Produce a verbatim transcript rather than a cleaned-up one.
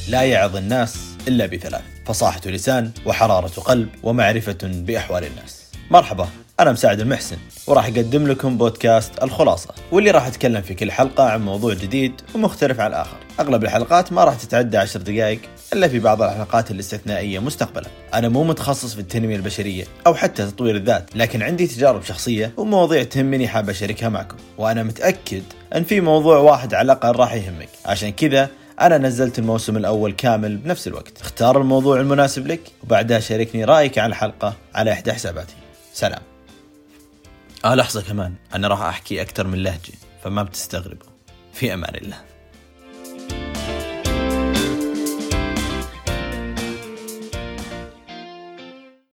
لا يعظ الناس إلا بثلاث: فصاحة لسان، وحرارة قلب، ومعرفة بأحوال الناس. مرحبا، أنا مساعد المحسن، وراح أقدم لكم بودكاست الخلاصة، واللي راح أتكلم في كل حلقة عن موضوع جديد ومختلف عن الآخر. أغلب الحلقات ما راح تتعدى عشر دقائق إلا في بعض الحلقات الاستثنائية مستقبلا. أنا مو متخصص في التنمية البشرية أو حتى تطوير الذات، لكن عندي تجارب شخصية ومواضيع تهمني حاب أشاركها معكم، وأنا متأكد أن في موضوع واحد على الأقل راح يهمك. عشان كذا أنا نزلت الموسم الأول كامل بنفس الوقت. اختار الموضوع المناسب لك، وبعدها شاركني رأيك عن الحلقة على إحدى حساباتي. سلام. آه لحظة كمان، أنا راح أحكي أكثر من لهجة، فما بتستغربوا. في أمان الله.